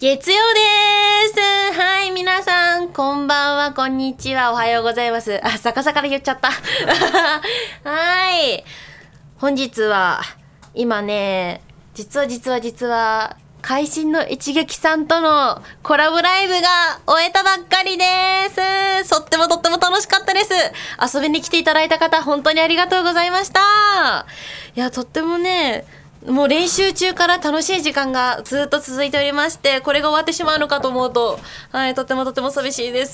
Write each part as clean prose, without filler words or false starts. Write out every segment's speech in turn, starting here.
月曜です。はい、皆さん、こんばんは、こんにちは、おはようございます。あ、逆さから言っちゃった。はい。本日は、今ね、実は、会心の一撃さんとのコラボライブが終えたばっかりです。とっても楽しかったです。遊びに来ていただいた方、本当にありがとうございました。いや、とってもね、もう練習中から楽しい時間がずっと続いておりまして、これが終わってしまうのかと思うと、はい、とっても寂しいです。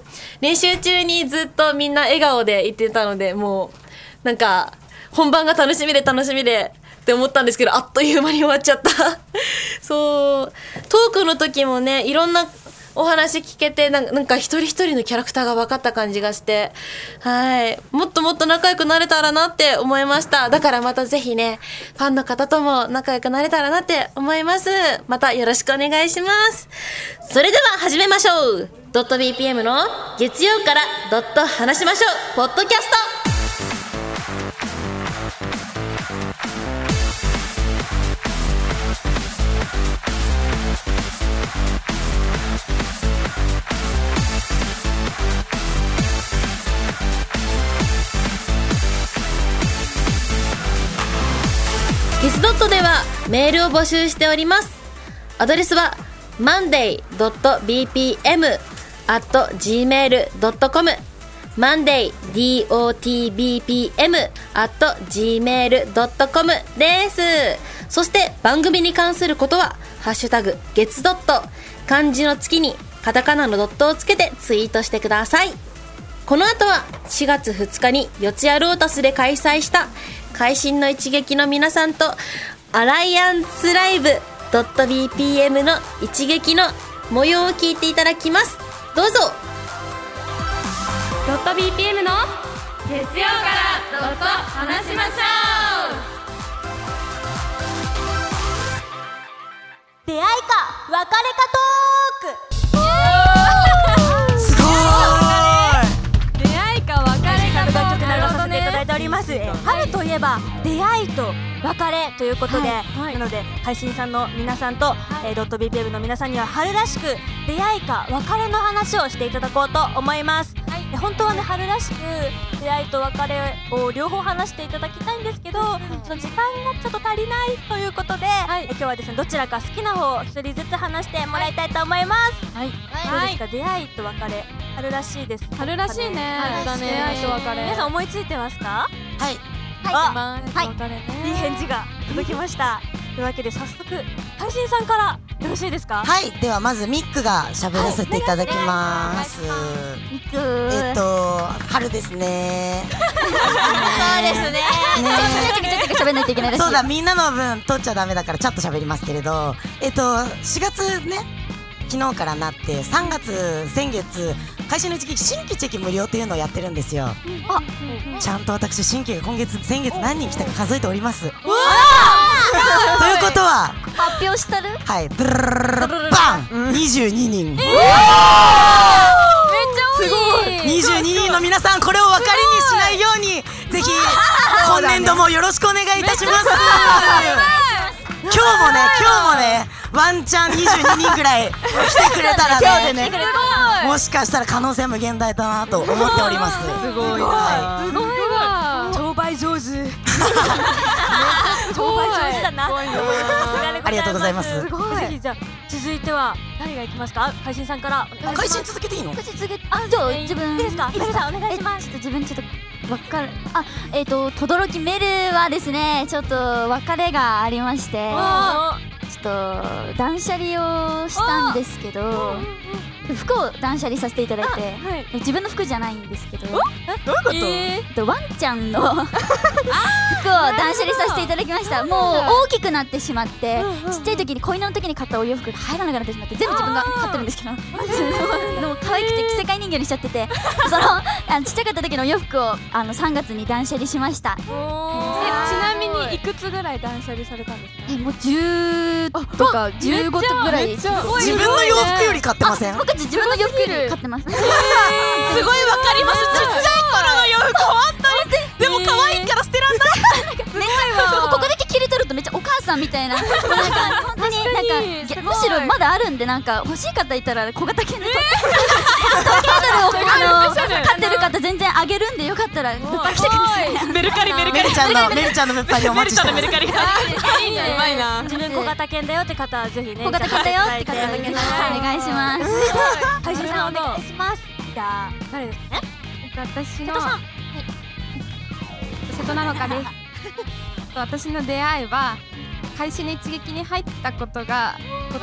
練習中にずっとみんな笑顔で言ってたので、もう、なんか、本番が楽しみでって思ったんですけど、あっという間に終わっちゃった。そう。トークの時もね、いろんなお話聞けて、なんか一人一人のキャラクターが分かった感じがして、はい。もっと仲良くなれたらなって思いました。だからまたぜひね、ファンの方とも仲良くなれたらなって思います。またよろしくお願いします。それでは始めましょう。.bpm の月曜から話しましょう。ポッドキャスト。ゲスドットではメールを募集しております。アドレスは monday.bpm@gmail.com monday.dotbpm@gmail.com です。そして番組に関することはハッシュタグ月ドット、漢字の月にカタカナのドットをつけてツイートしてください。この後は4月2日に四谷ロータスで開催した会心の一撃の皆さんとアライアンスライブ .bpm の一撃の模様を聞いていただきます。どうぞ。 .bpm の月曜から話しましょう。 出会いか別れかトーク。 すご出会いか別れかと楽曲流させていただいております。春といえば出会いと別れということで、なので配信さんの皆さんと、.bpm の皆さんには春らしく出会いか別れの話をしていただこうと思います。本当はね、春らしく出会いと別れを両方話していただきたいんですけど、その時間がちょっと足りないということで、今日はですね、どちらか好きな方を一人ずつ話してもらいたいと思います。どうですか、出会いと別れ、春らしいです。 春らしいね。出会いと別れ。 皆さん思いついてますか？ はい。 いい返事が届きました。というわけで早速配信さんからよろしいですか？ はい。ではまずミックが喋らせていただきます。 ミック。 春ですね。 そうですね。ちょっと喋んないといけないらしい。 そうだ、みんなの分取っちゃダメだからちょっと喋りますけれど、4月ね、昨日からなって3月先月会心の一撃新規チェキ無料っていうのをやってるんですよ。ちゃんと私新規が先月何人来たか数えております。ということは発表したる？ はい、ドゥルルルルルバン22人。 めっちゃ多い。 22人の皆さん、これを分かりにしないようにぜひ今年度もよろしくお願いいたします。今日もねワンチャン22人ぐらい来てくれたらね、もしかしたら可能性無限大だなと思っております。 すごいわ。 商売上手。商売上手だな。 ありがとうございます。 ぜひじゃあ続いては誰が行きますか？海進さんから。 配信続けていいの？ じゃあ自分いいですか？いいですか？お願いします。 自分ちょっと分かる。轟メルはですね、ちょっと別れがありまして、ちょっと断捨離をしたんですけど、服を断捨離させていただいて、自分の服じゃないんですけど、 どういうこワンちゃんの服を断捨離させていただきました。もう大きくなってしまって、ちっちゃい時に子犬の時に買ったお洋服が入らなくなってしまって、全部自分が買ってるんですけど、でも可愛くて着せ替え人形にしちゃってて、ちっちゃかった時のお洋服を3月に断捨離しました。 ちなみにいくつぐらい断捨離されたんですか？ もう10とか15とぐらい。 自分の洋服より買ってません？ 僕自分の洋服より買ってます。 すごいわかります。ちっちゃい頃の洋服本当にでも可愛いから捨てらんない。 ここだけ着れてるとめっちゃお母さんみたいな、なんか本当になんかむしろまだあるんで、なんか欲しい方いたら小型犬で小型犬を飼ってる方全然あげるんで、よかったら物販来てください。 メルカリメルちゃんの物販にお待ちしてます。 メルカリがいいね、うまいな。 自分小型犬だよって方はぜひね、 小型犬だよって方はお願いします。 配信さんお願いします。じゃあ誰ですかね。 私の瀬戸なのかです。私の出会いは会社の一撃に入ったことが今年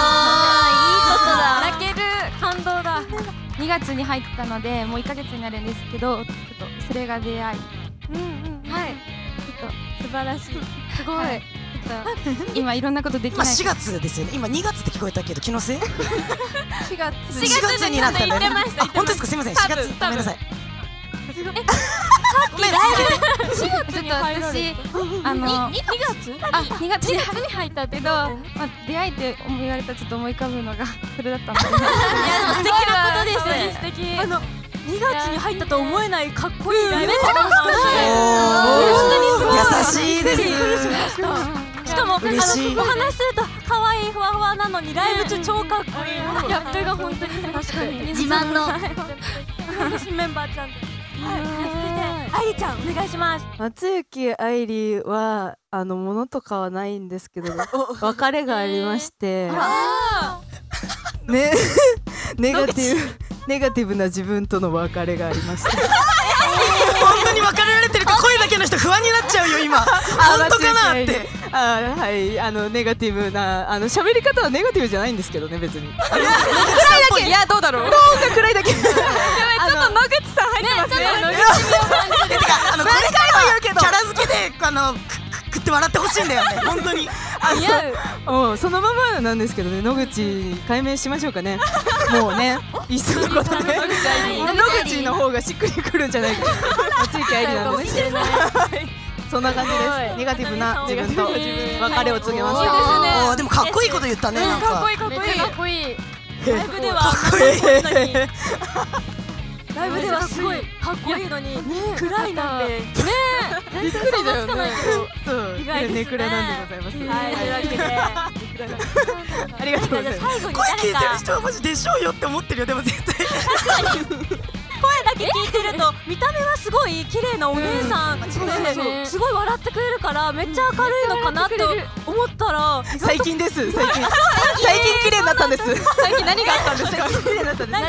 泣ける感動だ。2月に入ったのでもう1ヶ月になるんですけど、ちょっとそれが出会い。はい、ちょっと素晴らしい。すごい。今いろんなことできない。 今4月ですよね。今2月って聞こえたけど気のせい ？4 月になったね。あ、本当ですか。すみません。4月ごめんなさい。 ちょっと私2月に入ったけど、出会いって言われたらちょっと思い浮かぶのがそれだったので、 いやでも素敵なことです。素敵。2月に入ったと思えないかっこいいライブパフォーマンス。 優しいです。 しかもお話すると可愛いふわふわなのにライブ中超かっこいい。ギャップが本当に確かに自慢の新メンバーちゃん。続いて愛理ちゃんお願いします。 松雪愛理は物とかはないんですけど別れがありましてね、ネガティブな自分との別れがありました。 本当に別れられてるか声だけの人不安になっちゃうよ今。本当かなって。 はい、ネガティブな喋り方はネガティブじゃないんですけどね、別に。 暗いだけ。いやどうだろう。 暗いだけ。やばい、ちょっと野口さん入ってますね。 てかこれからキャラ付けでくって笑ってほしいんだよね。本当に。 そのままなんですけどね。野口解明しましょうかね。もうね、いっそのことで野口の方がしっくりくるんじゃないか。松雪愛理なんですけど。そんな感じです。ネガティブな自分と別れを告げました。 でもかっこいいこと言ったね。 かっこいいかっこいい。 ライブではライブではすごいかっこいいのに暗いなんてねえびっくりだよね。 そう意外ですね。ネクラなんでございます。 はい、というわけでありがとうございます。 最後に声聞いてる人はマジでしょうよって思ってるよ。でも絶対声だけ聞いてると見た目はすごい綺麗なお姉さんすごい笑ってくれるからめっちゃ明るいのかなと思ったら最近です。最近綺麗になったんです。 最近何があったんですか？ 綺麗になったんです。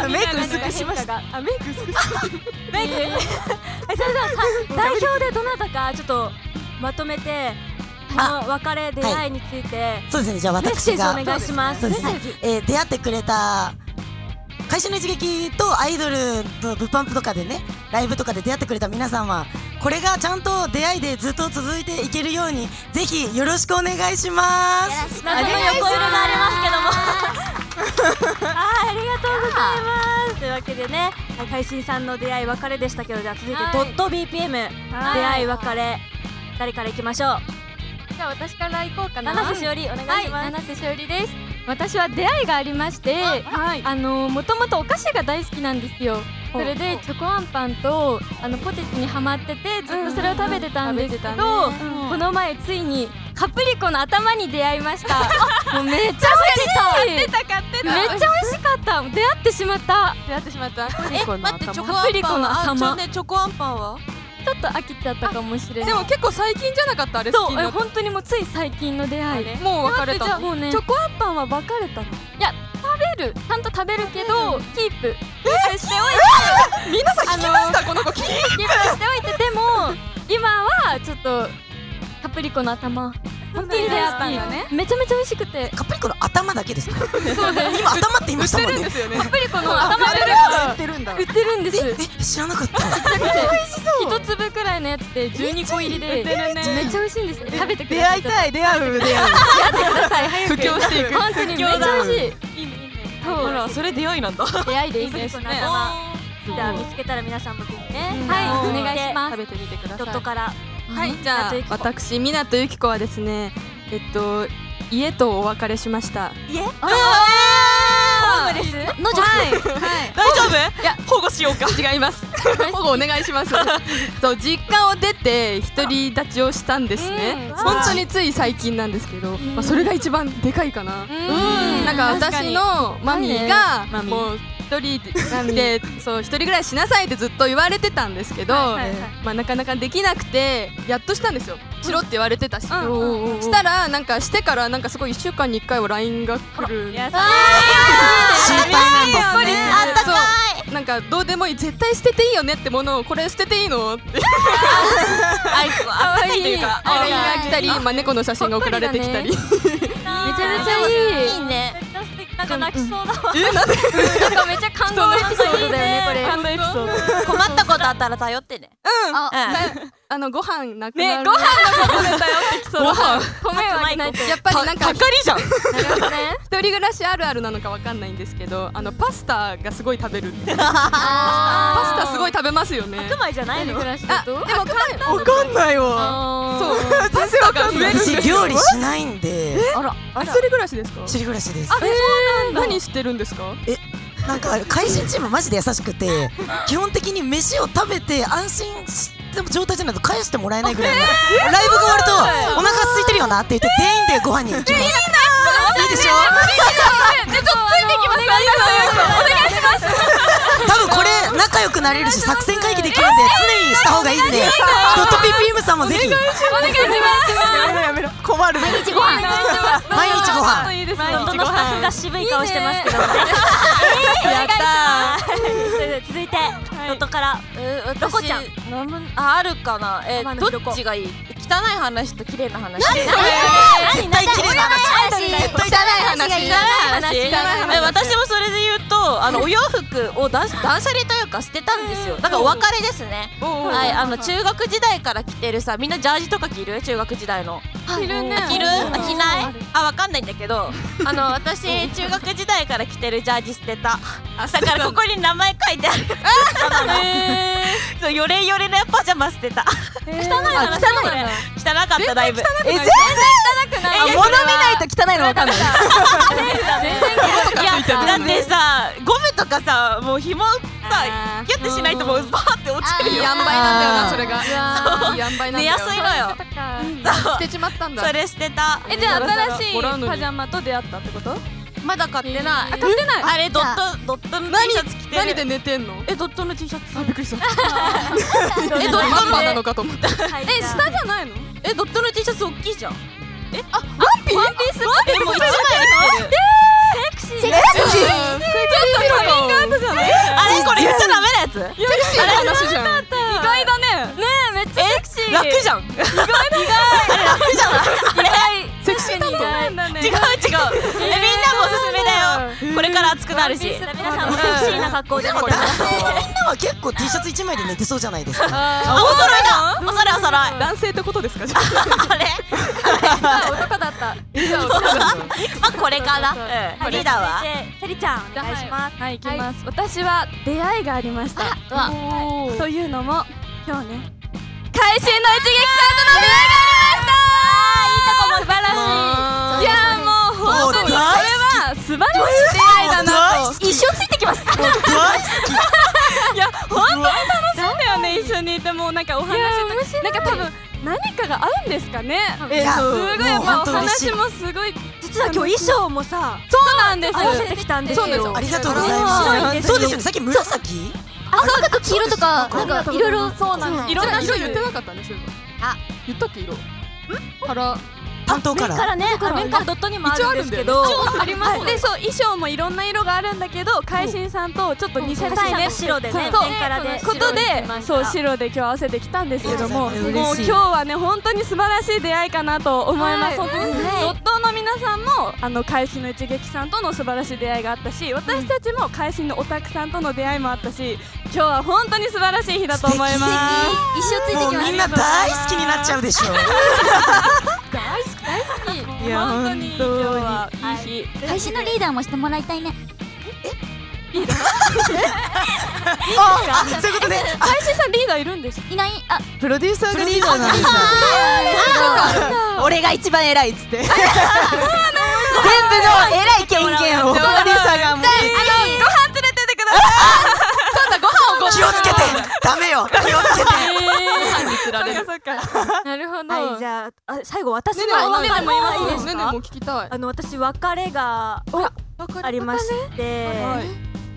メイク薄くしました。 メイク薄くメイクそれでは代表でどなたかちょっとまとめてこの別れ出会いについてそうですね。じゃあメッセー私がジお願いします。 出会ってくれた会社の一撃とアイドルと物販とかでね、ライブとかで出会ってくれた皆さんはこれがちゃんと出会いでずっと続いていけるようにぜひよろしくお願いします。 謎の横色がありますけどもありがとうございます。というわけでね、海進さんの出会い別れでしたけど、じゃあ続いてドット BPM 出会い別れ誰からいきましょう。 じゃあ私から行こうかな。 七瀬しおりお願いします。 七瀬しおりです。私は出会いがありまして、もともとお菓子が大好きなんですよ。それでチョコあんパンとポテチにハマっててずっとそれを食べてたんですけど、この前ついにカプリコの頭に出会いました。もうめっちゃ美味しい。買ってた。めっちゃ美味しかった。出会ってしまった。 待ってチョカプリコの頭。 チョコあんパンはちょっと飽きちゃったかもしれない。 でも結構最近じゃなかったあれ。 そう、本当にもうつい最近の出会い。 もう別れた。 もうね、チョコあんパンは別れたの。いや、食べる、ちゃんと食べるけどキープしておいて。 皆さん聞きました？この子キープしておいて。でも今はちょっとカプリコの頭本当に大好き。めちゃめちゃ美味しくて。 カプリコの頭だけですか？ そうです。 今頭って言いましたもんね。 カプリコの頭売ってるんだ。 売ってるんです。 知らなかった。 一粒くらいのやつで12個入りでめっちゃ美味しいんです。食べてください。 出会いたい。出会う。 出会ってください。早く布教していく。 本当にめっちゃ美味しい。いいね。 ほらそれ出会いなんだ。 出会いですね。 じゃあ見つけたら皆さんもぜひね、 はいお願いします。 食べてみてください。 ドットからはい、じゃあ私湊由紀子はですね家とお別れしました。 家？ 夫です。 のじゃ大丈夫？いや保護しようか。違います。保護お願いします。そう実家を出て独り立ちをしたんですね。本当につい最近なんですけど、まあそれが一番でかいかな。なんか私のマミーがもう一人でそう一人暮らししなさいってずっと言われてたんですけど、まあなかなかできなくてやっとしたんですよ。しろって言われてたし、したらなんかしてからなんかすごい1週間に1回は LINE が来る。 心配なんですね。 あったかい。 なんかどうでもいい絶対捨てていいよねってものをこれ捨てていいのってあったかいというか LINE が来たり、まあ猫の写真が送られてきたり。 めちゃめちゃいいね。 なんか泣きそうだわ。 なんかめっちゃ感動エピソードだよねこれ。 感動エピソード。 困ったことあったら頼ってね。 ご飯なくなる。 ご飯のことで頼ってきそう。 ご飯米をあげないと。 やっぱりなんかたかりじゃん。 一人暮らしあるあるなのかわかんないんですけど、パスタがすごい食べる。パスタすごい食べますよね。 白米じゃないの？ 暮らしだと。 でもわかんないわ。 そうパスタが増えるんですよ。 私料理しないんで。 一人暮らしですか？ 一人暮らしです。 何してるんですか？ なんか怪人チームマジで優しくて、基本的に飯を食べて安心した状態じゃないと返してもらえないぐらいの、ライブが終わるとお腹空いてるよなって言って全員でご飯に行きます。いいでしょ？ ちょっとついてきます。お願いします。 多分これ仲良くなれるし作戦会議できるんで常にした方がいいんで、ドットピピームさんもぜひ。 お願いします。 やめろ困る。 毎日ご飯。毎日ご飯。 いいですね。 ドットのスタッフが渋い顔してますけどね。 やった続いてドットからどこちゃん。あるかな。どっちがいい？汚い話と綺麗な話。 絶対綺麗な話。絶対汚い話。 私もそれで言うとお洋服を断捨離というか捨てたんですよ。だからお別れですね。はい中学時代から着てるさ、みんなジャージとか着る？中学時代の。 着るね。 着る？着ない？わかんないんだけど、私中学時代から着てるジャージ捨てた。だからここに名前書いてある。そうヨレヨレのパジャマ捨てた。 汚い話。 汚かっただいぶ。 全然汚くない。物見ないと汚いのわかんない。 いやだってさゴムとかさもう紐さギュッてしないともうバーって落ちてるよ。 いい塩梅なんだよなそれが。いい塩梅なんだよ。 寝やすいのよ。 捨てちまったんだ。 それ捨てた。 じゃあ新しいパジャマと出会ったってこと？ まだ買ってない。 買ってない。 あれドットの T シャツ着てる。 何で寝てんの？ ドットの T シャツ。 びっくりした。 ドットハンマーなのかと思った。 下じゃないの？ ドットの T シャツ大きいじゃん。 ワンピース？ でも一枚着てる。 セクシー。 ちょっとカミングアウトじゃない？ あれこれ言っちゃダメなやつ？ セクシーな話じゃん。 意外だね。ねえめっちゃセクシー。 楽じゃん。意外。あれ楽じゃない？ セクシーだと。 違う。みんなもおすすめだよ。これから暑くなるし。 皆さんもセクシーな格好ででもみんなは結構 T シャツ1枚で寝てそうじゃないですか。 お揃いだ。お揃いお揃い。 男性ってことですか？ あれ？ 男だった。 まあこれかな。リーダーは？ セリちゃんお願いします。 はい、行きます。私は出会いがありました。というのも今日ね、会心の一撃さんとの出会いがありました。いいとこも素晴らしい。いやもう本当にこれは素晴らしい出会いだなと。 一生ついてきます。 いや本当に楽しいんだよね、一緒にいてもなんかお話となんか多分何かが合うんですかね。すごいやっぱお話もすごい。 実は今日衣装もさ、 そうなんです。 合わせてきたんですよ。 ありがとうございます。そうですよね。さっき紫？ 赤と黄色とかなんかいろいろ。 そうなんです。 いろんな色言ってなかったんですよ。言ったっけ色？から担当から。 からね、面からドットにもあるんですけど、 あります。で、そう衣装もいろんな色があるんだけど、海進さんとちょっと似せたいね。 白でね、面からで。 ことで、そう白で今日合わせてきたんですけども、もう今日はね本当に素晴らしい出会いかなと思います。ドットの皆さんも海進の一撃さんとの素晴らしい出会いがあったし、私たちも海進のオタクさんとの出会いもあったし、今日は本当に素晴らしい日だと思います。 一生ついてきます。 もうみんな大好きになっちゃうでしょ。 大好き。 いや本当に今日はいい日。 会社のリーダーもしてもらいたいね。 リーダー？ そういうことね。 会社さんリーダーいるんです。 いない。あ、 プロデューサーがリーダーなんですよ。俺が一番偉いっつって。全部の偉い権限をプロデューサーがもう。 からなるほど。 はい、じゃあ最後私ねの別れもいいですねねか？ も聞きたい。 私別れがありまして、 はい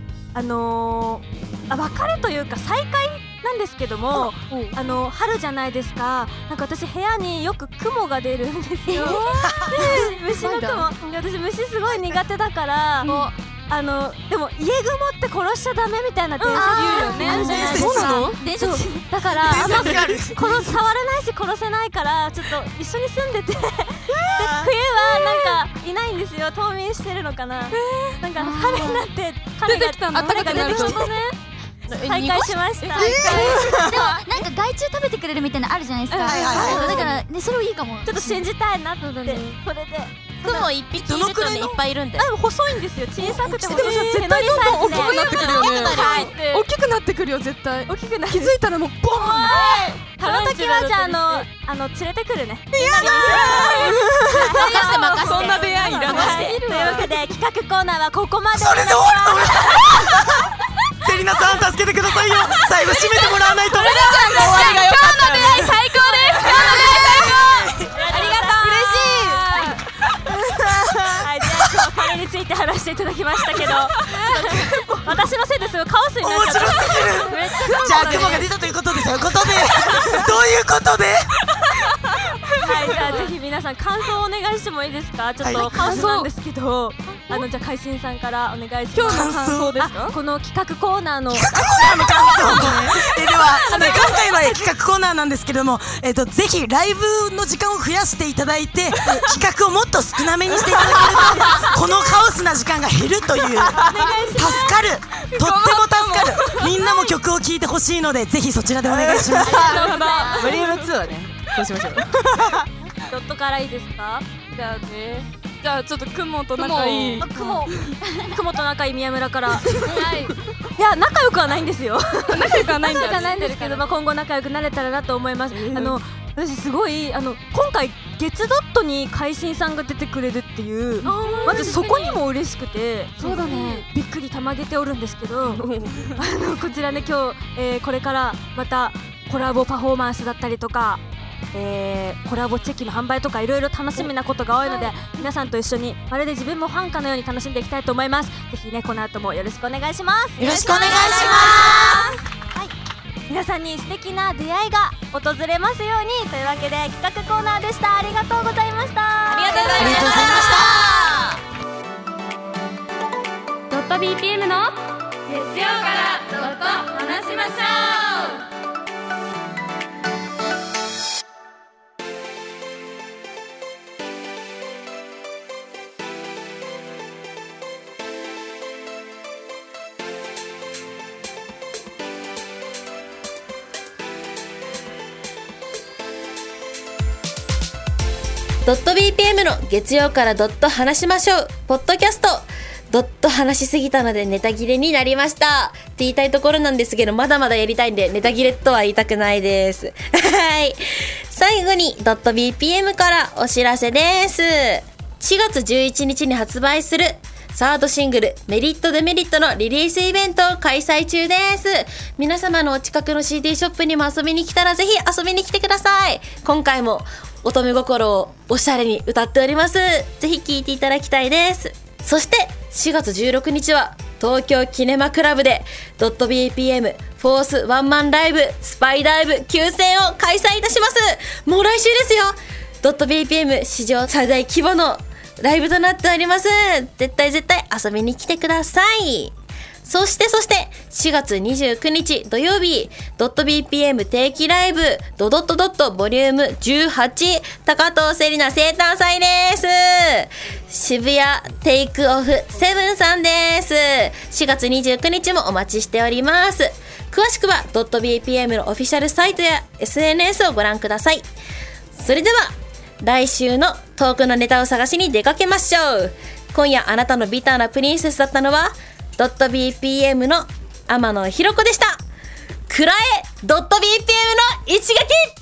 別れというか再会なんですけども、春じゃないですか。なんか私部屋によく雲が出るんですよ。虫の雲。で私虫すごい苦手だから、でも家雲って殺しちゃダメみたいな伝説あるじゃないですか。 伝説だから触れないし殺せないからちょっと一緒に住んでてで冬はなんかいないんですよ。冬眠してるのかな。なんか春になって彼が出てきて再会しました。 でもなんか害虫食べてくれるみたいなのあるじゃないですか。だからねそれいいかも。 ちょっと信じたいなってそれで雲一匹いるとねいっぱいいるんだよ。 細いんですよ。小さくて細い。 絶対どんどん大きくなってくるよね。大きくなってくるよ絶対。 大きくな気づいたらもうボーン。 その時はじゃあ連れてくるね。 任せそんな出会いいらない。 というわけで企画コーナーはここまで。 それで終わるのセリナさん助けてくださいよ。最後締めてもらわないと。 終わりが良かったね。 最高です。 ありがとう。はい、じゃあ今日はこれについて話していただきましたけど私のせいですごいカオスになっちゃった。 面白すぎる。じゃあ雲が出たということでどういうことではい、じゃあぜひ皆さん感想をお願いしてもいいですか？ちょっとカオスなんですけど、じゃあ海進さんからお願いします。 今日の感想ですか？ この企画コーナーのでは今回の企画コーナーなんですけれども、ぜひライブの時間を増やしていただいて企画をもっと少なめにしていただけるとこのカオスな時間が減るという助かる、とっても助かる。みんなも曲を聴いてほしいのでぜひそちらでお願いします。 ボリューム2はねそうしましょう。 ドットからいいですか？ じゃあちょっと雲と仲いい。 雲と仲いい宮村から。いや仲良くはないんですよ。 仲良くはないんだ。 仲良くはないんですけど、今後仲良くなれたらなと思います。私すごい今回月ドットに海進さんが出てくれるっていうまずそこにも嬉しくて、そうだね、びっくりたまげておるんですけどこちらね今日、これからまたコラボパフォーマンスだったりとか、コラボチェキの販売とかいろいろ楽しみなことが多いので、皆さんと一緒にまるで自分もファンかのように楽しんでいきたいと思います。ぜひねこの後もよろしくお願いします。 よろしくお願いします。 皆さんに素敵な出会いが訪れますようにというわけで企画コーナーでした。ありがとうございました。 ありがとうございました。 ドット BPM の月曜からドット話しましょう。 ドット BPM の月曜からドット話しましょうポッドキャスト。ドット話しすぎたのでネタ切れになりましたって言いたいところなんですけど、まだまだやりたいんでネタ切れとは言いたくないですはい、最後にドット BPM からお知らせです。4月11日に発売するサードシングルメリットデメリットのリリースイベントを開催中です。皆様のお近くの CD ショップにも遊びに来たらぜひ遊びに来てください。今回も乙女心をおしゃれに歌っております。ぜひ聴いていただきたいです。そして4月16日は東京キネマクラブでドット BPM フォースワンマンライブスパイダイブ9戦を開催いたします。もう来週ですよ。ドット BPM 史上最大規模のライブとなっております。絶対遊びに来てください。そして4月29日土曜日ドット BPM 定期ライブドドットドットボリューム18高藤セリナ生誕祭です。渋谷テイクオフセブンさんです。4月29日もお待ちしております。詳しくはドット BPM のオフィシャルサイトや SNS をご覧ください。それでは来週のトークのネタを探しに出かけましょう。今夜あなたのビターなプリンセスだったのはドット BPM の天野ひろ子でした。くらえドット BPM の一撃。